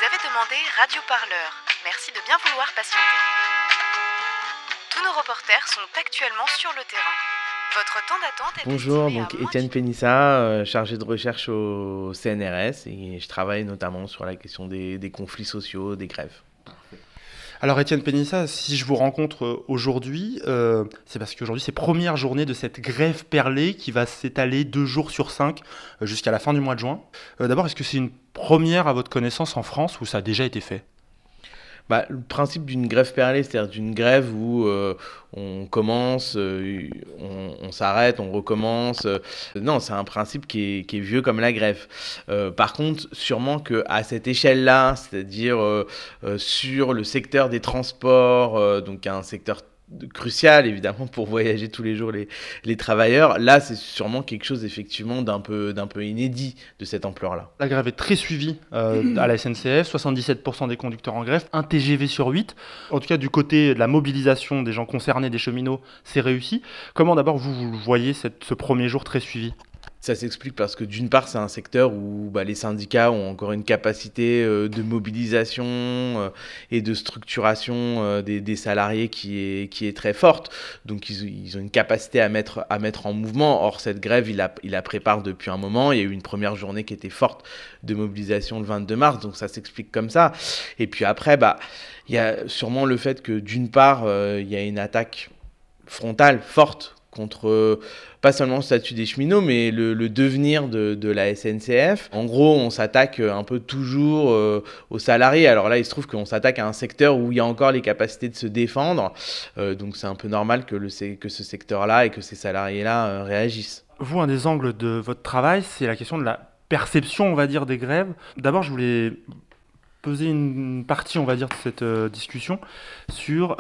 avez demandé Radio Parleur. Merci de bien vouloir patienter. Tous nos reporters sont actuellement sur le terrain. Votre temps d'attente est Bonjour, estimé donc à moins Étienne d'une- Pénissa, chargé de recherche au CNRS et je travaille notamment sur la question des conflits sociaux, des grèves. Alors Étienne Pénissa, si je vous rencontre aujourd'hui, c'est parce qu'aujourd'hui c'est première journée de cette grève perlée qui va s'étaler 2 jours sur 5 jusqu'à la fin du mois de juin. D'abord, est-ce que c'est une première à votre connaissance en France ou ça a déjà été fait ? Le principe d'une grève perlée, c'est-à-dire d'une grève où on commence, on s'arrête, on recommence. Non, c'est un principe qui est vieux comme la grève. Par contre, sûrement qu'à cette échelle-là, c'est-à-dire sur le secteur des transports, donc un secteur crucial évidemment pour voyager tous les jours les travailleurs, là c'est sûrement quelque chose effectivement d'un peu inédit de cette ampleur-là. La grève est très suivie à la SNCF, 77% des conducteurs en grève, un TGV sur 8. En tout cas, du côté de la mobilisation des gens concernés, des cheminots, c'est réussi. Comment d'abord vous voyez ce premier jour très suivi ? Ça s'explique parce que d'une part, c'est un secteur où les syndicats ont encore une capacité de mobilisation et de structuration des salariés qui est très forte. Donc ils ont une capacité à mettre en mouvement. Or, cette grève, il la prépare depuis un moment. Il y a eu une première journée qui était forte de mobilisation le 22 mars, donc ça s'explique comme ça. Et puis après, il y a sûrement le fait que d'une part, il y a une attaque frontale, forte, contre pas seulement le statut des cheminots, mais le devenir de la SNCF. En gros, on s'attaque un peu toujours aux salariés. Alors là, il se trouve qu'on s'attaque à un secteur où il y a encore les capacités de se défendre. Donc c'est un peu normal que ce secteur-là et que ces salariés-là réagissent. Vous, un des angles de votre travail, c'est la question de la perception, on va dire, des grèves. D'abord, je voulais poser une partie, on va dire, de cette discussion sur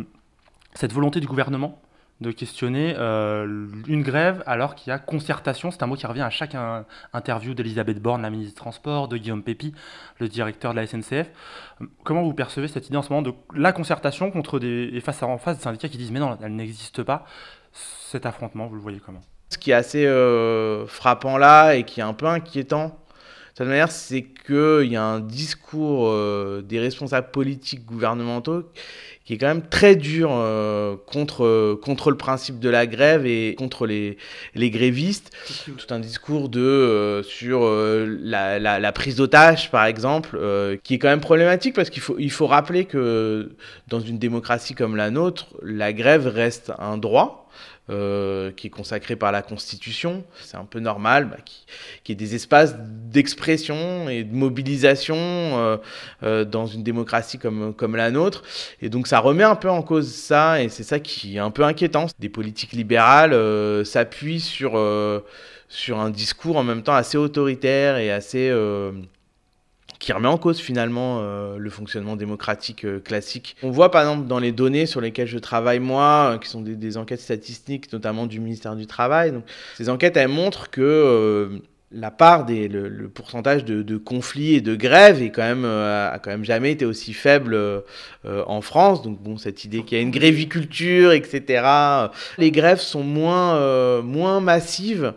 cette volonté du gouvernement de questionner une grève alors qu'il y a concertation. C'est un mot qui revient à chaque interview d'Elisabeth Borne, la ministre des Transports, de Guillaume Pépi, le directeur de la SNCF. Comment vous percevez cette idée en ce moment de la concertation et face à des syndicats qui disent mais non, elle n'existe pas. Cet affrontement, vous le voyez comment ? Ce qui est assez frappant là et qui est un peu inquiétant, de cette manière, c'est qu'il y a un discours des responsables politiques gouvernementaux qui est quand même très dur contre le principe de la grève et contre les grévistes. Tout un discours sur la prise d'otages, par exemple, qui est quand même problématique parce qu'il faut rappeler que dans une démocratie comme la nôtre, la grève reste un droit. Qui est consacré par la Constitution. C'est un peu normal qu'il y ait des espaces d'expression et de mobilisation dans une démocratie comme la nôtre. Et donc ça remet un peu en cause ça, et c'est ça qui est un peu inquiétant. Des politiques libérales s'appuient sur un discours en même temps assez autoritaire et assez... qui remet en cause finalement le fonctionnement démocratique classique. On voit par exemple dans les données sur lesquelles je travaille moi, qui sont des enquêtes statistiques notamment du ministère du Travail, donc, ces enquêtes elles montrent que la part le pourcentage de conflits et de grèves a quand même jamais été aussi faible en France. Donc bon, cette idée qu'il y a une gréviculture, etc. Les grèves sont moins massives,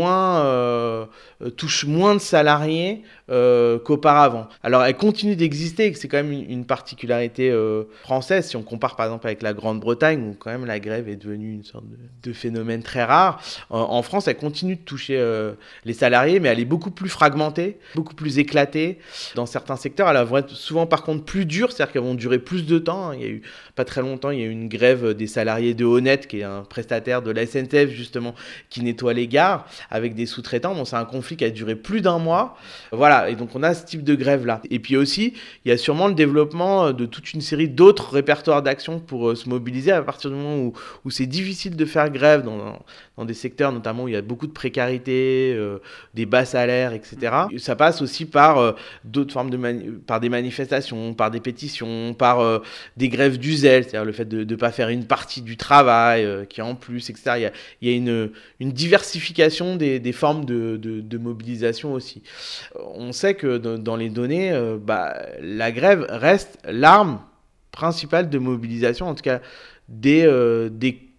touchent moins de salariés qu'auparavant. Alors elles continuent d'exister, c'est quand même une particularité française. Si on compare par exemple avec la Grande-Bretagne, où quand même la grève est devenue une sorte de phénomène très rare, en France elle continue de toucher les salariés, mais elle est beaucoup plus fragmentée, beaucoup plus éclatée. Dans certains secteurs, elle va être souvent par contre plus dure, c'est-à-dire qu'elles vont durer plus de temps. Il y a eu pas très longtemps, il y a eu une grève des salariés de Honnête, qui est un prestataire de la SNCF justement, qui nettoie les gares avec des sous-traitants. Bon, c'est un conflit qui a duré plus d'1 mois. Voilà, et donc on a ce type de grève-là. Et puis aussi, il y a sûrement le développement de toute une série d'autres répertoires d'actions pour se mobiliser à partir du moment où c'est difficile de faire grève dans des secteurs notamment où il y a beaucoup de précarité, des bas salaires, etc. Ça passe aussi par d'autres formes par des manifestations, par des pétitions, par des grèves du zèle, c'est-à-dire le fait de ne pas faire une partie du travail qui est en plus, etc. Il y a une diversification des formes de mobilisation aussi. On sait que dans les données, la grève reste l'arme principale de mobilisation, en tout cas des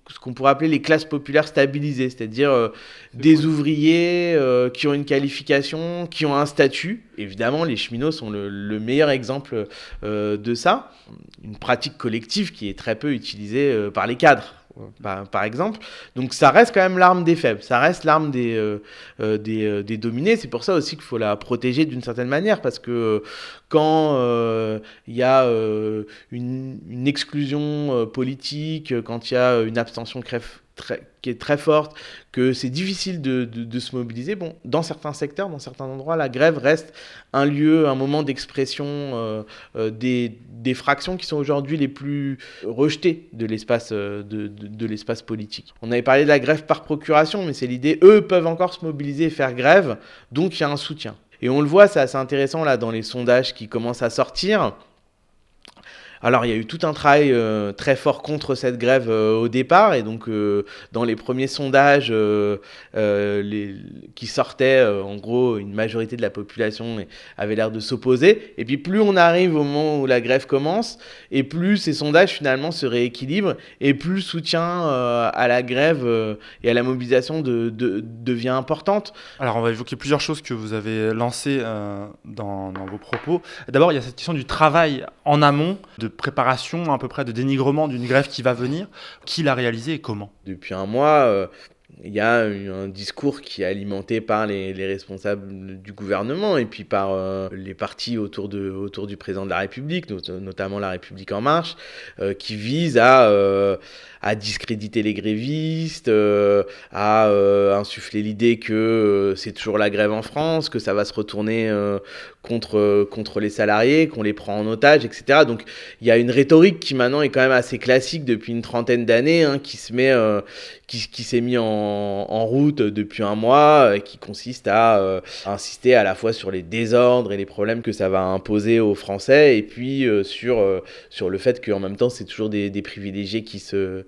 ce qu'on pourrait appeler les classes populaires stabilisées, c'est-à-dire des ouvriers qui ont une qualification, qui ont un statut. Évidemment, les cheminots sont le meilleur exemple de ça. Une pratique collective qui est très peu utilisée par les cadres. Par exemple. Donc ça reste quand même l'arme des faibles, ça reste l'arme des dominés. C'est pour ça aussi qu'il faut la protéger d'une certaine manière, parce que quand il y a une exclusion politique, quand il y a une abstention qui est très forte, que c'est difficile de se mobiliser. Bon, dans certains secteurs, dans certains endroits, la grève reste un lieu, un moment d'expression des fractions qui sont aujourd'hui les plus rejetées de l'espace de l'espace politique. On avait parlé de la grève par procuration, mais c'est l'idée, eux peuvent encore se mobiliser et faire grève, donc il y a un soutien. Et on le voit, c'est assez intéressant là dans les sondages qui commencent à sortir. Alors, il y a eu tout un travail très fort contre cette grève au départ, et donc dans les premiers sondages qui sortaient, en gros, une majorité de la population avait l'air de s'opposer. Et puis, plus on arrive au moment où la grève commence, et plus ces sondages finalement se rééquilibrent, et plus le soutien à la grève et à la mobilisation devient importante. Alors, on va évoquer plusieurs choses que vous avez lancées dans vos propos. D'abord, il y a cette question du travail en amont, de préparation, à peu près de dénigrement d'une grève qui va venir. Qui l'a réalisé et comment ? Depuis un mois, il y a un discours qui est alimenté par les responsables du gouvernement et puis par les partis autour du président de la République, notamment La République En Marche, qui vise à discréditer les grévistes, à insuffler l'idée que c'est toujours la grève en France, que ça va se retourner contre les salariés, qu'on les prend en otage, etc. Donc il y a une rhétorique qui maintenant est quand même assez classique depuis une trentaine d'années, qui s'est mis en route depuis un mois, qui consiste à insister à la fois sur les désordres et les problèmes que ça va imposer aux Français, et puis sur le fait qu'en même temps c'est toujours des privilégiés qui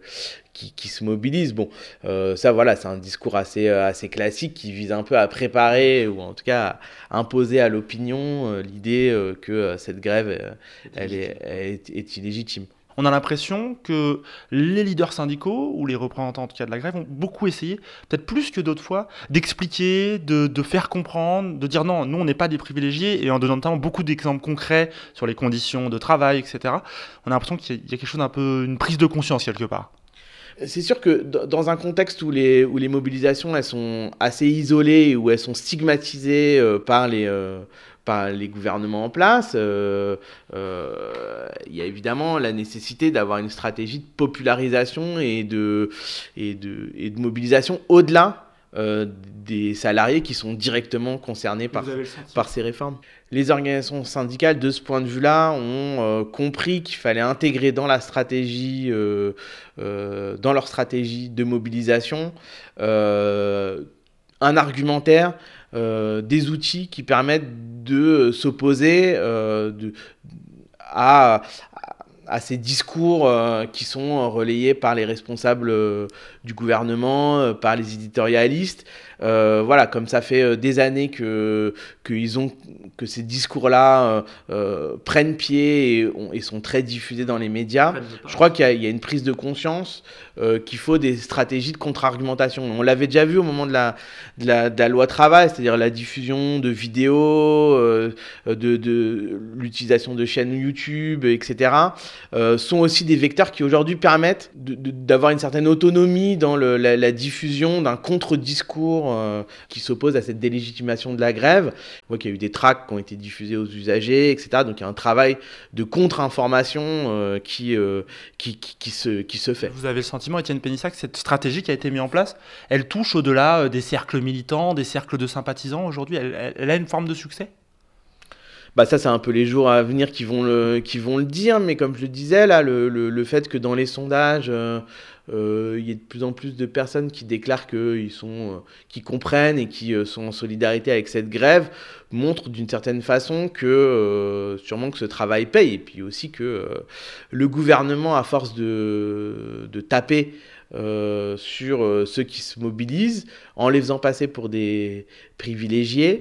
se mobilisent. Bon, ça voilà, c'est un discours assez classique qui vise un peu à préparer, ou en tout cas à imposer à l'opinion l'idée que cette grève elle est illégitime. On a l'impression que les leaders syndicaux, ou les représentants en tout cas de la grève, ont beaucoup essayé, peut-être plus que d'autres fois, d'expliquer, de faire comprendre, de dire non, nous on n'est pas des privilégiés, et en donnant notamment beaucoup d'exemples concrets sur les conditions de travail, etc. On a l'impression qu'il y a quelque chose d'un peu, une prise de conscience quelque part. C'est sûr que dans un contexte où les mobilisations elles sont assez isolées, où elles sont stigmatisées par les gouvernements en place, il y a évidemment la nécessité d'avoir une stratégie de popularisation et de mobilisation au-delà des salariés qui sont directement concernés par ces réformes. Les organisations syndicales, de ce point de vue-là, ont compris qu'il fallait intégrer dans la stratégie, dans leur stratégie de mobilisation, un argumentaire, des outils qui permettent de s'opposer à ces discours qui sont relayés par les responsables du gouvernement, par les éditorialistes. Voilà, comme ça fait des années que ces discours-là prennent pied et sont très diffusés dans les médias. Je crois qu'il y a une prise de conscience qu'il faut des stratégies de contre-argumentation. On l'avait déjà vu au moment de la loi travail, c'est-à-dire la diffusion de vidéos, de l'utilisation de chaînes YouTube, etc. Sont aussi des vecteurs qui aujourd'hui permettent d'avoir une certaine autonomie dans la diffusion d'un contre-discours qui s'oppose à cette délégitimation de la grève. On voit qu'il y a eu des tracts qui ont été diffusés aux usagers, etc. Donc il y a un travail de contre-information qui se fait. Vous avez le sentiment, Étienne Pénissac, que cette stratégie qui a été mise en place, elle touche au-delà des cercles militants, des cercles de sympathisants aujourd'hui, elle a une forme de succès ? Ça, c'est un peu les jours à venir qui vont le dire, mais comme je le disais, là, le fait que dans les sondages, il y ait de plus en plus de personnes qui déclarent qui comprennent et qui sont en solidarité avec cette grève, montre d'une certaine façon que sûrement que ce travail paye, et puis aussi que le gouvernement, à force de taper sur ceux qui se mobilisent, en les faisant passer pour des privilégiés,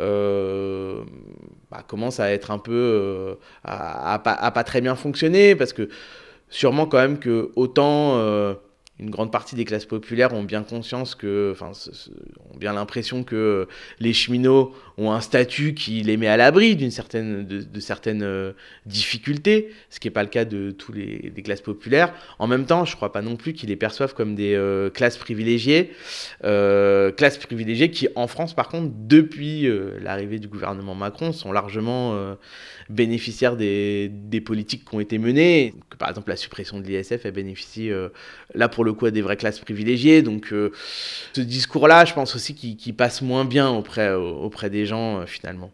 commence à être un peu à pas très bien fonctionner, parce que sûrement quand même que autant une grande partie des classes populaires ont bien conscience ont bien l'impression que les cheminots ont un statut qui les met à l'abri de certaines difficultés, ce qui n'est pas le cas de tous des classes populaires. En même temps, je ne crois pas non plus qu'ils les perçoivent comme des classes privilégiées qui, en France, par contre, depuis l'arrivée du gouvernement Macron, sont largement bénéficiaires des politiques qui ont été menées. Par exemple, la suppression de l'ISF, elle bénéficie là pour le coup à des vraies classes privilégiées. Donc ce discours-là, je pense aussi qu'il passe moins bien auprès des gens finalement.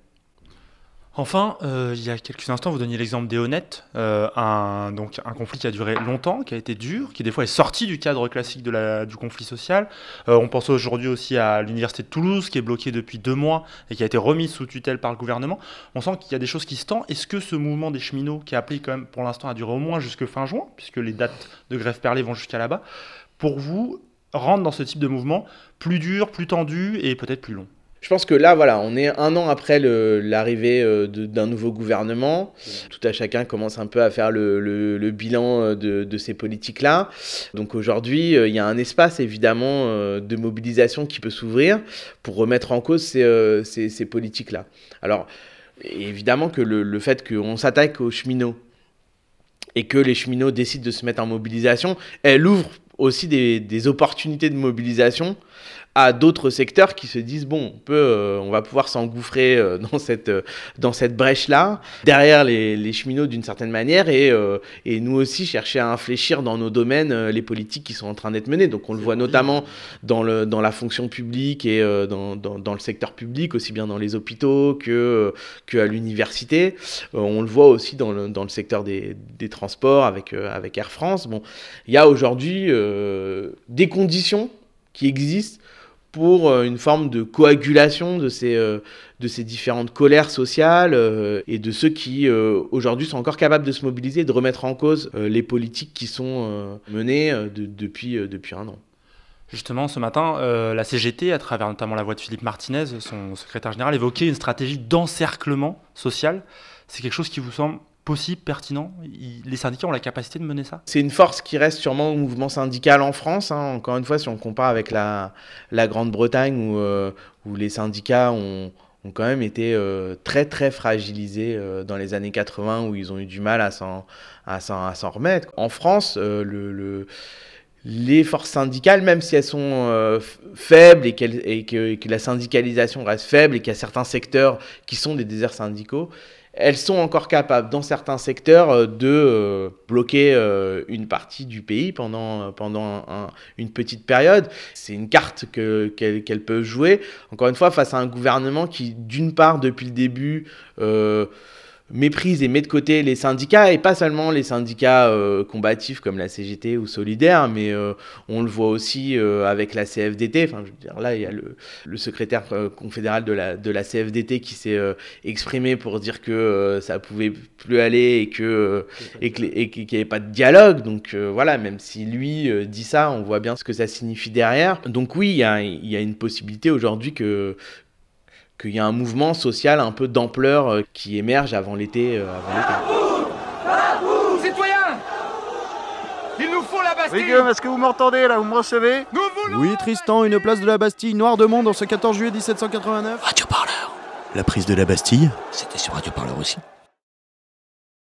Enfin, il y a quelques instants, vous donniez l'exemple des Honnêtes, un conflit qui a duré longtemps, qui a été dur, qui des fois est sorti du cadre classique du conflit social. On pense aujourd'hui aussi à l'université de Toulouse, qui est bloquée depuis 2 mois et qui a été remise sous tutelle par le gouvernement. On sent qu'il y a des choses qui se tendent. Est-ce que ce mouvement des cheminots, qui est appelé quand même pour l'instant à durer au moins jusque fin juin, puisque les dates de grève perlée vont jusqu'à là-bas, pour vous, rentre dans ce type de mouvement plus dur, plus tendu et peut-être plus long? Je pense que là, voilà, on est 1 an après l'arrivée d'un nouveau gouvernement. Tout à chacun commence un peu à faire le bilan de ces politiques-là. Donc aujourd'hui, il y a un espace évidemment de mobilisation qui peut s'ouvrir pour remettre en cause ces politiques-là. Alors, évidemment que le fait qu'on s'attaque aux cheminots et que les cheminots décident de se mettre en mobilisation, elle ouvre aussi des opportunités de mobilisation à d'autres secteurs qui se disent bon, on va pouvoir s'engouffrer dans cette brèche-là, derrière les cheminots d'une certaine manière, et nous aussi chercher à infléchir dans nos domaines les politiques qui sont en train d'être menées. Donc on le voit notamment dans la fonction publique et dans le secteur public, aussi bien dans les hôpitaux qu'à l'université. On le voit aussi dans le secteur des transports avec Air France. Bon, il y a aujourd'hui des conditions qui existent pour une forme de coagulation de ces différentes colères sociales et de ceux qui, aujourd'hui, sont encore capables de se mobiliser et de remettre en cause les politiques qui sont menées depuis 1 an. Justement, ce matin, la CGT, à travers notamment la voix de Philippe Martinez, son secrétaire général, évoquait une stratégie d'encerclement social. C'est quelque chose qui vous semble possible, pertinent? Les syndicats ont la capacité de mener ça? C'est une force qui reste sûrement au mouvement syndical en France. Encore une fois, si on compare avec la Grande-Bretagne où les syndicats ont quand même été très très fragilisés dans les années 80, où ils ont eu du mal à s'en remettre. En France, les forces syndicales, même si elles sont faibles et que la syndicalisation reste faible et qu'il y a certains secteurs qui sont des déserts syndicaux, elles sont encore capables, dans certains secteurs, de bloquer une partie du pays pendant une petite période. C'est une carte qu'elles peuvent jouer, encore une fois, face à un gouvernement qui, d'une part, depuis le début, méprise et met de côté les syndicats, et pas seulement les syndicats combatifs comme la CGT ou Solidaire, mais on le voit aussi avec la CFDT. Enfin, je veux dire, là, il y a le secrétaire confédéral de la CFDT qui s'est exprimé pour dire que ça pouvait plus aller et qu'il n'y avait pas de dialogue. Donc voilà, même si lui dit ça, on voit bien ce que ça signifie derrière. Donc oui, il y a une possibilité aujourd'hui qu'il y a un mouvement social un peu d'ampleur qui émerge avant l'été. À vous, citoyens! Il nous faut la Bastille! Oui, Guillaume, est-ce que vous m'entendez là? Vous me recevez? Nous voulons... Oui, Tristan, une place de la Bastille, noir de monde, en ce 14 juillet 1789. Radio Parleur. La prise de la Bastille. C'était sur Radio Parleur aussi.